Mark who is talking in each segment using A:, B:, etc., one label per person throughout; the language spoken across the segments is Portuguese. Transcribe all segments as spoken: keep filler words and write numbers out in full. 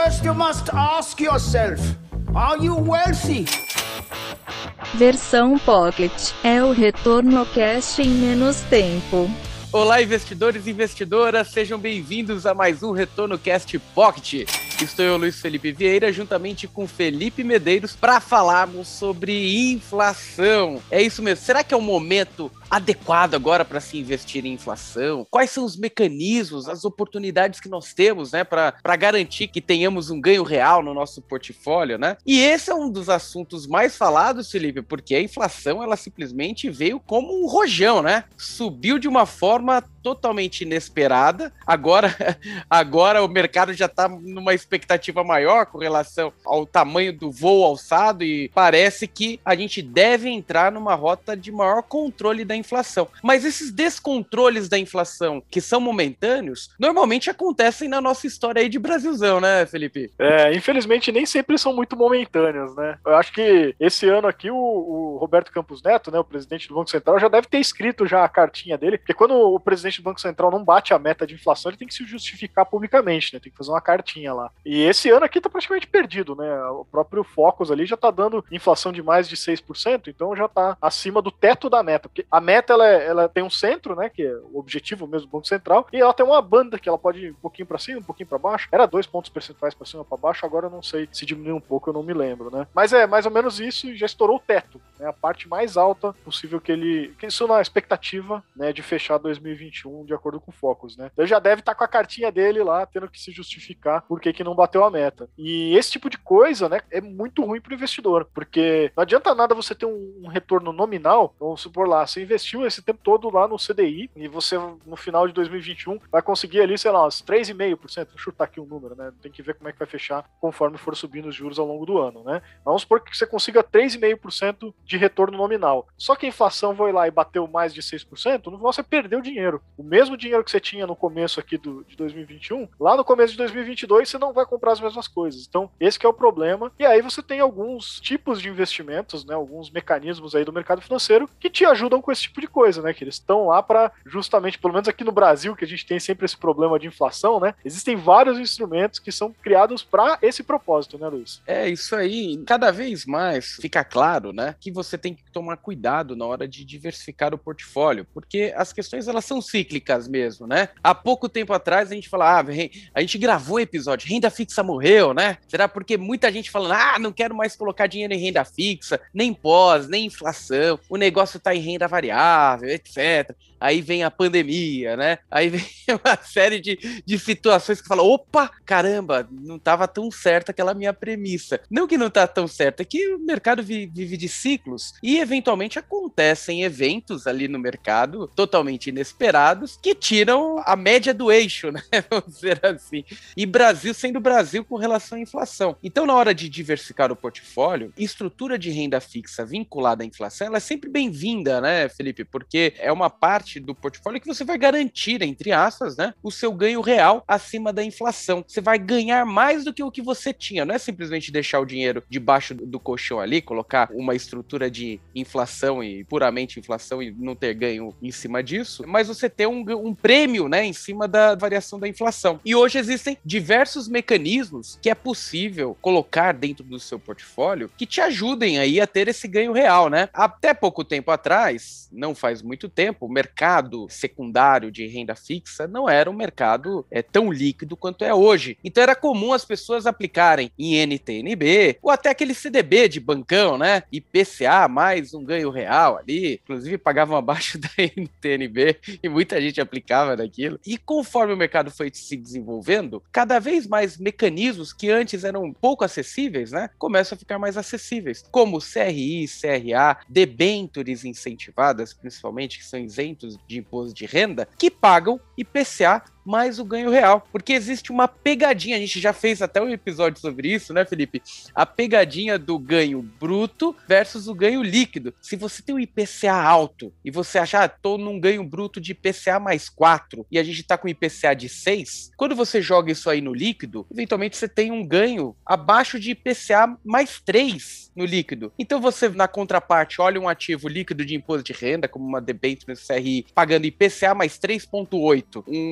A: First you must ask yourself, are you wealthy?
B: Versão Pocket é o retorno cash em menos tempo.
C: Olá, investidores e investidoras, sejam bem-vindos a mais um Retorno Cast Pocket. Estou eu, Luiz Felipe Vieira, juntamente com Felipe Medeiros, para falarmos sobre inflação. É isso mesmo, será que é o momento adequado agora para se investir em inflação? Quais são os mecanismos, as oportunidades que nós temos, né, para garantir que tenhamos um ganho real no nosso portfólio, né? E esse é um dos assuntos mais falados, Felipe, porque a inflação, ela simplesmente veio como um rojão, né? Subiu de uma forma totalmente inesperada. Agora, agora o mercado já está numa expectativa maior com relação ao tamanho do voo alçado e parece que a gente deve entrar numa rota de maior controle da inflação. Mas esses descontroles da inflação, que são momentâneos, normalmente acontecem na nossa história aí de Brasilzão, né, Felipe?
D: É, infelizmente nem sempre são muito momentâneos, né? Eu acho que esse ano aqui o, o Roberto Campos Neto, né, o presidente do Banco Central, já deve ter escrito já a cartinha dele, porque quando o presidente do Banco Central não bate a meta de inflação, ele tem que se justificar publicamente, né? Tem que fazer uma cartinha lá. E esse ano aqui tá praticamente perdido, né? O próprio Focus ali já tá dando inflação de mais de seis por cento, então já tá acima do teto da meta, porque a meta, ela, ela tem um centro, né, que é o objetivo mesmo do Banco Central, e ela tem uma banda que ela pode ir um pouquinho para cima, um pouquinho para baixo. Era dois pontos percentuais para cima, para baixo, agora eu não sei se diminuiu um pouco, eu não me lembro, né? Mas é mais ou menos isso, e já estourou o teto, né? A parte mais alta possível que ele... que isso na expectativa, né, de fechar dois mil e vinte e um de acordo com o Focus, né? Então ele já deve estar tá com a cartinha dele lá, tendo que se justificar por que que não bateu a meta. E esse tipo de coisa, né, é muito ruim para o investidor, porque não adianta nada você ter um, um retorno nominal, vamos supor lá, você investiu esse tempo todo lá no C D I e você no final de dois mil e vinte e um vai conseguir ali, sei lá, uns três vírgula cinco por cento, vou chutar aqui um número, né, tem que ver como é que vai fechar conforme for subindo os juros ao longo do ano, né. Vamos supor que você consiga três vírgula cinco por cento de retorno nominal, só que a inflação foi lá e bateu mais de seis por cento, você perdeu dinheiro. O mesmo dinheiro que você tinha no começo aqui do, de dois mil e vinte e um, lá no começo de dois mil e vinte e dois você não vai comprar as mesmas coisas. Então, esse que é o problema. E aí você tem alguns tipos de investimentos, né, alguns mecanismos aí do mercado financeiro que te ajudam com esse tipo de coisa, né, que eles estão lá para justamente, pelo menos aqui no Brasil, que a gente tem sempre esse problema de inflação, né, existem vários instrumentos que são criados para esse propósito, né, Luiz?
C: É isso aí. Cada vez mais fica claro, né, que você tem que tomar cuidado na hora de diversificar o portfólio, porque as questões, elas são cíclicas mesmo, né? Há pouco tempo atrás a gente falava, ah, a gente gravou o episódio, renda fixa morreu, né? Será porque muita gente falando, ah, não quero mais colocar dinheiro em renda fixa, nem pós, nem inflação, o negócio tá em renda variável, etcétera. Aí vem a pandemia, né? Aí vem uma série de, de situações que falam, opa, caramba, não estava tão certa aquela minha premissa. Não que não tá tão certo, é que o mercado vive de ciclos e eventualmente acontecem eventos ali no mercado totalmente inesperados que tiram a média do eixo, né? Vamos dizer assim. E Brasil sendo Brasil com relação à inflação. Então, na hora de diversificar o portfólio, estrutura de renda fixa vinculada à inflação, ela é sempre bem-vinda, né, Felipe? Porque é uma parte do portfólio que você vai garantir, entre aspas, né, o seu ganho real acima da inflação. Você vai ganhar mais do que o que você tinha. Não é simplesmente deixar o dinheiro debaixo do colchão ali, colocar uma estrutura de inflação e puramente inflação e não ter ganho em cima disso, mas você ter um, um prêmio, né, em cima da variação da inflação. E hoje existem diversos mecanismos que é possível colocar dentro do seu portfólio que te ajudem aí a ter esse ganho real, né? Até pouco tempo atrás, não faz muito tempo, o mercado secundário de renda fixa não era um mercado é, tão líquido quanto é hoje. Então era comum as pessoas aplicarem em N T N B ou até aquele C D B de bancão, né? I P C A mais um ganho real ali. Inclusive pagavam abaixo da N T N B e muita gente aplicava naquilo. E conforme o mercado foi se desenvolvendo, cada vez mais mecanismos que antes eram pouco acessíveis, né, começam a ficar mais acessíveis, como C R I, C R A, debêntures incentivadas, principalmente, que são isentos de imposto de renda, que pagam I P C A mais o ganho real, porque existe uma pegadinha, a gente já fez até um episódio sobre isso, né, Felipe? A pegadinha do ganho bruto versus o ganho líquido. Se você tem um I P C A alto e você achar, ah, tô num ganho bruto de I P C A mais quatro e a gente tá com I P C A de seis, quando você joga isso aí no líquido, eventualmente você tem um ganho abaixo de I P C A mais três no líquido. Então você, na contraparte, olha um ativo líquido de imposto de renda, como uma debênture no C R I, pagando I P C A mais três vírgula oito, um C D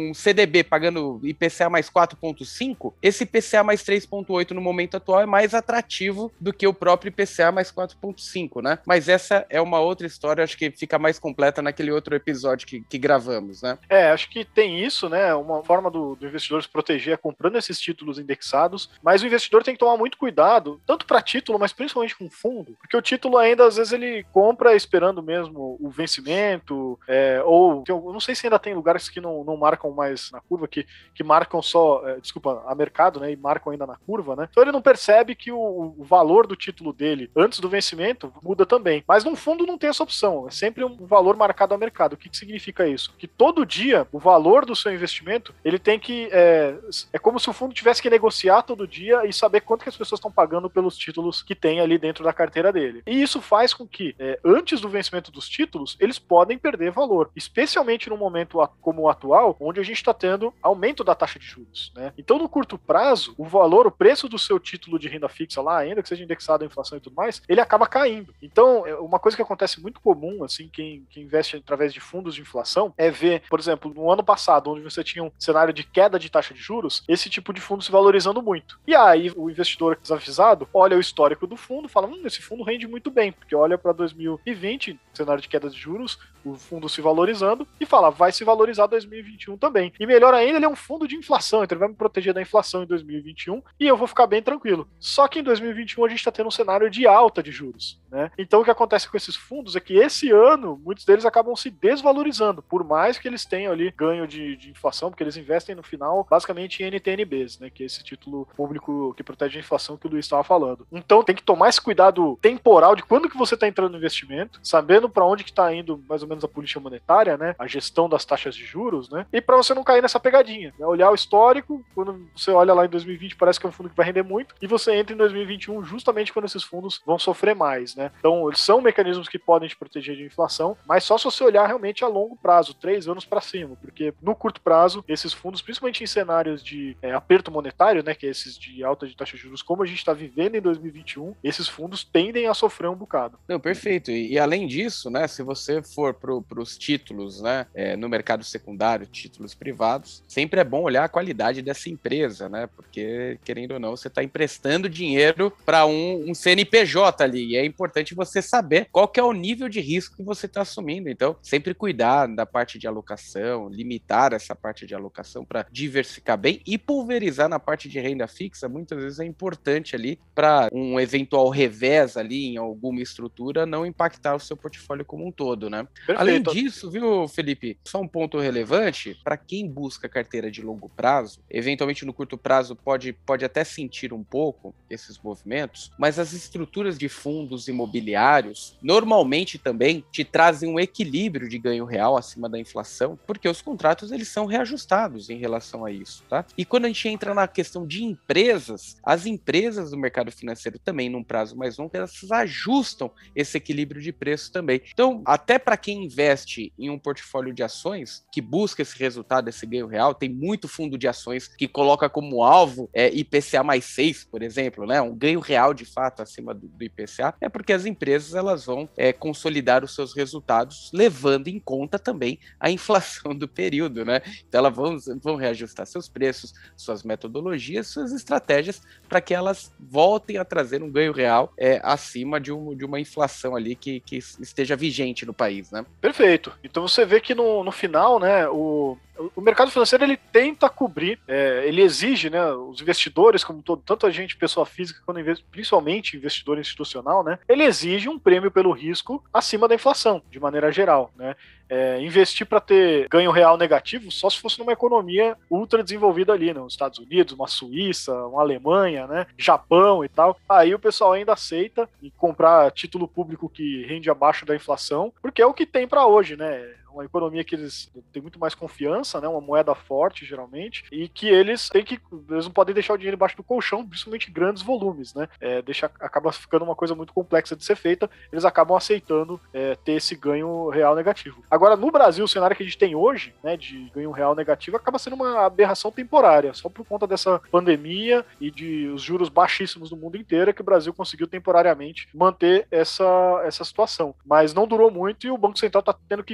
C: D B pagando I P C A mais quatro vírgula cinco, esse I P C A mais três vírgula oito no momento atual é mais atrativo do que o próprio I P C A mais quatro vírgula cinco, né? Mas essa é uma outra história, acho que fica mais completa naquele outro episódio que, que gravamos, né?
D: É, acho que tem isso, né? Uma forma do, do investidor se proteger é comprando esses títulos indexados, mas o investidor tem que tomar muito cuidado, tanto para título, mas principalmente com fundo, porque o título ainda, às vezes, ele compra esperando mesmo o vencimento, é, ou eu não sei se ainda tem lugares que não, não marcam mais na curva, que, que marcam só, é, desculpa, a mercado, né? E marcam ainda na curva, né? Então ele não percebe que o, o valor do título dele antes do vencimento muda também. Mas no fundo não tem essa opção, é sempre um valor marcado a mercado. O que, que significa isso? Que todo dia o valor do seu investimento, ele tem que, é, é como se o fundo tivesse que negociar todo dia e saber quanto que as pessoas estão pagando pelos títulos que tem ali dentro da carteira dele. E isso faz com que, é, antes do vencimento dos títulos, eles podem perder valor, especialmente num momento como o atual, onde a gente está tendo aumento da taxa de juros, né? Então, no curto prazo, o valor, o preço do seu título de renda fixa lá, ainda que seja indexado à inflação e tudo mais, ele acaba caindo. Então, uma coisa que acontece muito comum, assim, quem, quem investe através de fundos de inflação, é ver, por exemplo, no ano passado, onde você tinha um cenário de queda de taxa de juros, esse tipo de fundo se valorizando muito. E aí, o investidor desavisado olha o histórico do fundo, fala, hum, esse fundo rende muito bem, porque olha para dois mil e vinte, cenário de queda de juros, o fundo se valorizando, e fala, vai se valorizar dois mil e vinte e um também. E melhor ainda, ele é um fundo de inflação, então ele vai me proteger da inflação em dois mil e vinte e um, e eu vou ficar bem tranquilo. Só que em dois mil e vinte e um a gente está tendo um cenário de alta de juros, né? Então o que acontece com esses fundos é que esse ano, muitos deles acabam se desvalorizando, por mais que eles tenham ali ganho de, de inflação, porque eles investem no final, basicamente em N T N Bs, né? Que é esse título público que protege a inflação que o Luiz estava falando. Então tem que tomar esse cuidado temporal de quando que você está entrando no investimento, sabendo para onde que está indo mais ou menos a política monetária, né? A gestão das taxas de juros, né? E para você não cair nessa pegadinha, né? Olhar o histórico, quando você olha lá em dois mil e vinte, parece que é um fundo que vai render muito, e você entra em dois mil e vinte e um justamente quando esses fundos vão sofrer mais, né? Então, eles são mecanismos que podem te proteger de inflação, mas só se você olhar realmente a longo prazo, três anos para cima, porque no curto prazo, esses fundos, principalmente em cenários de é, aperto monetário, né, que é esses de alta de taxa de juros, como a gente está vivendo em dois mil e vinte e um, esses fundos tendem a sofrer um bocado.
C: Não, perfeito. E, e além disso, né, se você for para os títulos, né, é, no mercado secundário, títulos privados, sempre é bom olhar a qualidade dessa empresa, né, porque, querendo ou não, você está emprestando dinheiro para um, um C N P J ali, e é importante você saber qual que é o nível de risco que você está assumindo. Então, sempre cuidar da parte de alocação, limitar essa parte de alocação para diversificar bem e pulverizar na parte de renda fixa, muitas vezes é importante ali para um eventual revés ali em alguma estrutura não impactar o seu portfólio como um todo, né? Perfeito. Além disso, viu, Felipe, só um ponto relevante, para quem busca carteira de longo prazo, eventualmente no curto prazo pode, pode até sentir um pouco esses movimentos, mas as estruturas de fundos imobiliários normalmente também te trazem um equilíbrio de ganho real acima da inflação, porque os contratos eles são reajustados em relação a isso, tá? E quando a gente entra na questão de empresas, as empresas do mercado financeiro também, num prazo mais longo, elas ajustam esse equilíbrio de preço também. Então, até para quem investe em um portfólio de ações, que busca esse resultado, esse ganho real, tem muito fundo de ações que coloca como alvo é, I P C A mais seis, por exemplo, né? Um ganho real de fato acima do, do I P C A, é porque as empresas elas vão é, consolidar os seus resultados, levando em conta também a inflação do período, né? Então elas vão, vão reajustar seus preços, suas metodologias, suas estratégias, para que elas voltem a trazer um ganho real é, acima de, um, de uma inflação ali que, que esteja vigente no país, né?
D: Perfeito. Então você vê que no, no final, né, o, o mercado financeiro ele tenta cobrir, é, ele exige, né, os investidores, como todo, tanto a gente, pessoa física, quanto investe, principalmente investidor institucional, né, ele exige um prêmio pelo risco acima da inflação, de maneira geral, né? É, investir para ter ganho real negativo só se fosse numa economia ultra desenvolvida ali, né? Nos Estados Unidos, uma Suíça, uma Alemanha, né? Japão e tal. Aí o pessoal ainda aceita e comprar título público que rende abaixo da inflação, porque é o que tem para hoje, né? Uma economia que eles têm muito mais confiança, né? Uma moeda forte, geralmente, e que eles têm que, eles não podem deixar o dinheiro embaixo do colchão, principalmente em grandes volumes, né? É, deixa, acaba ficando uma coisa muito complexa de ser feita, eles acabam aceitando é, ter esse ganho real negativo. Agora, no Brasil, o cenário que a gente tem hoje, né, de ganho real negativo, acaba sendo uma aberração temporária, só por conta dessa pandemia e de os juros baixíssimos no mundo inteiro, é que o Brasil conseguiu temporariamente manter essa, essa situação. Mas não durou muito e o Banco Central está tendo que correr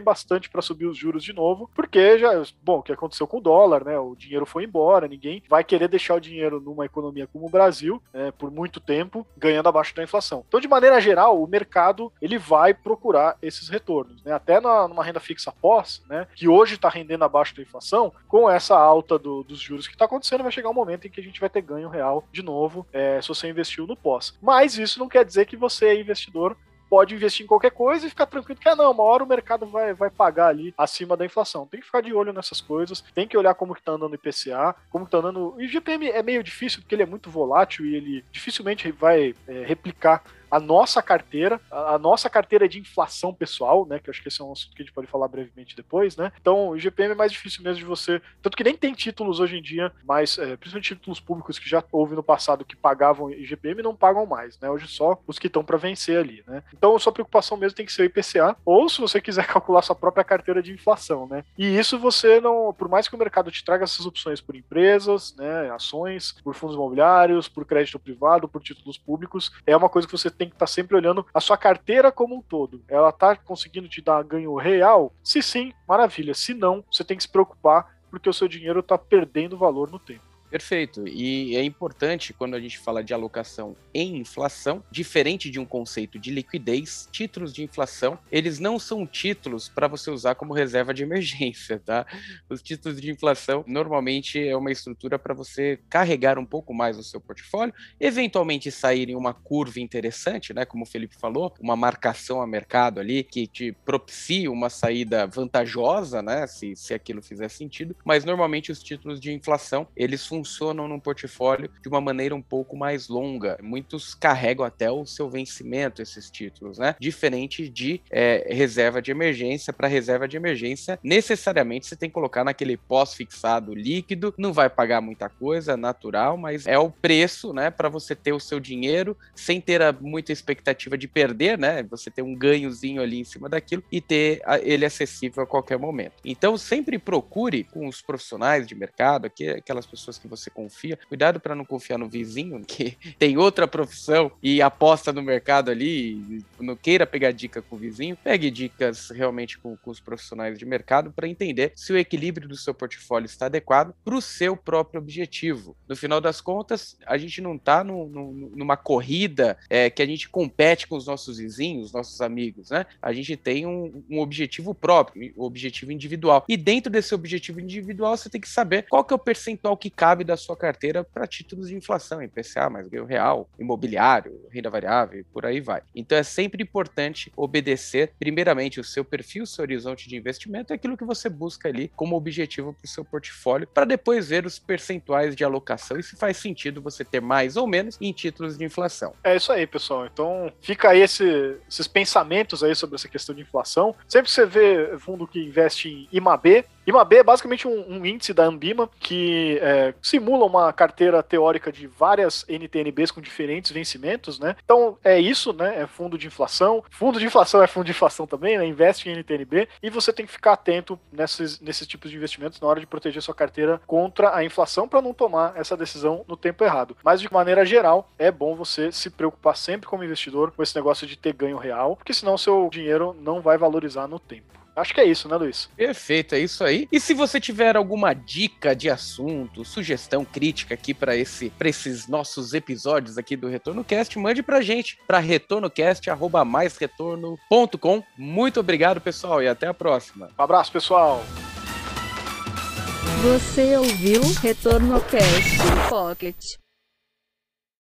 D: bastante para subir os juros de novo, porque já, bom, o que aconteceu com o dólar, né? O dinheiro foi embora, ninguém vai querer deixar o dinheiro numa economia como o Brasil, né, por muito tempo, ganhando abaixo da inflação. Então, de maneira geral, o mercado ele vai procurar esses retornos, né? Até na, numa renda fixa pós, né, que hoje está rendendo abaixo da inflação, com essa alta do, dos juros que está acontecendo, vai chegar um momento em que a gente vai ter ganho real de novo, é, se você investiu no pós. Mas isso não quer dizer que você é investidor, pode investir em qualquer coisa e ficar tranquilo que, ah, não, uma hora o mercado vai, vai pagar ali acima da inflação. Tem que ficar de olho nessas coisas, tem que olhar como que tá andando o I P C A, como que tá andando... O I G P M é meio difícil, porque ele é muito volátil e ele dificilmente vai é, replicar a nossa carteira, a, a nossa carteira de inflação pessoal, né, que eu acho que esse é um assunto que a gente pode falar brevemente depois, né, então o I G P M é mais difícil mesmo de você, tanto que nem tem títulos hoje em dia, mas é, principalmente títulos públicos que já houve no passado que pagavam I G P M não pagam mais, né, hoje só os que estão para vencer ali, né, então a sua preocupação mesmo tem que ser o I P C A, ou se você quiser calcular sua própria carteira de inflação, né, e isso você não, por mais que o mercado te traga essas opções por empresas, né, ações, por fundos imobiliários, por crédito privado, por títulos públicos, é uma coisa que você tem que estar sempre olhando a sua carteira como um todo. Ela está conseguindo te dar ganho real? Se sim, maravilha. Se não, você tem que se preocupar porque o seu dinheiro está perdendo valor no tempo.
C: Perfeito. E é importante, quando a gente fala de alocação em inflação, diferente de um conceito de liquidez, títulos de inflação, eles não são títulos para você usar como reserva de emergência, tá? Os títulos de inflação, normalmente, é uma estrutura para você carregar um pouco mais o seu portfólio, eventualmente sair em uma curva interessante, né? Como o Felipe falou, uma marcação a mercado ali, que te propicie uma saída vantajosa, né? Se, se aquilo fizer sentido, mas normalmente os títulos de inflação, eles funcionam funcionam num portfólio de uma maneira um pouco mais longa. Muitos carregam até o seu vencimento, esses títulos, né? Diferente de é, reserva de emergência. Para reserva de emergência, necessariamente você tem que colocar naquele pós-fixado líquido, não vai pagar muita coisa, natural, mas é o preço, né, para você ter o seu dinheiro sem ter a, muita expectativa de perder, né? Você ter um ganhozinho ali em cima daquilo e ter a, ele acessível a qualquer momento. Então, sempre procure com os profissionais de mercado, aqui, aquelas pessoas que você confia, cuidado para não confiar no vizinho, que tem outra profissão e aposta no mercado ali, não queira pegar dica com o vizinho, pegue dicas realmente com, com os profissionais de mercado para entender se o equilíbrio do seu portfólio está adequado para o seu próprio objetivo. No final das contas, a gente não está no, no, numa corrida é, que a gente compete com os nossos vizinhos, nossos amigos, né? A gente tem um, um objetivo próprio, um objetivo individual. E dentro desse objetivo individual, você tem que saber qual que é o percentual que cabe da sua carteira para títulos de inflação, I P C A, mais ganho real, imobiliário, renda variável e por aí vai. Então é sempre importante obedecer, primeiramente, o seu perfil, o seu horizonte de investimento, é aquilo que você busca ali como objetivo para o seu portfólio, para depois ver os percentuais de alocação e se faz sentido você ter mais ou menos em títulos de inflação.
D: É isso aí, pessoal. Então fica aí esse, esses pensamentos aí sobre essa questão de inflação. Sempre que você vê fundo que investe em I M A B, I M A B é basicamente um, um índice da Ambima que é, simula uma carteira teórica de várias N T N Bs com diferentes vencimentos, né? Então é isso, né? É fundo de inflação. Fundo de inflação é fundo de inflação também, né? Investe em N T N B e você tem que ficar atento nesses, nesses tipos de investimentos na hora de proteger sua carteira contra a inflação para não tomar essa decisão no tempo errado. Mas de maneira geral, é bom você se preocupar sempre como investidor com esse negócio de ter ganho real, porque senão seu dinheiro não vai valorizar no tempo. Acho que é isso, né, Luiz?
C: Perfeito, é isso aí. E se você tiver alguma dica de assunto, sugestão, crítica aqui para esse, para esses nossos episódios aqui do RetornoCast, mande pra gente, para retornocast arroba mais retorno ponto com. Muito obrigado, pessoal, e até a próxima.
D: Um abraço, pessoal.
B: Você ouviu RetornoCast Pocket.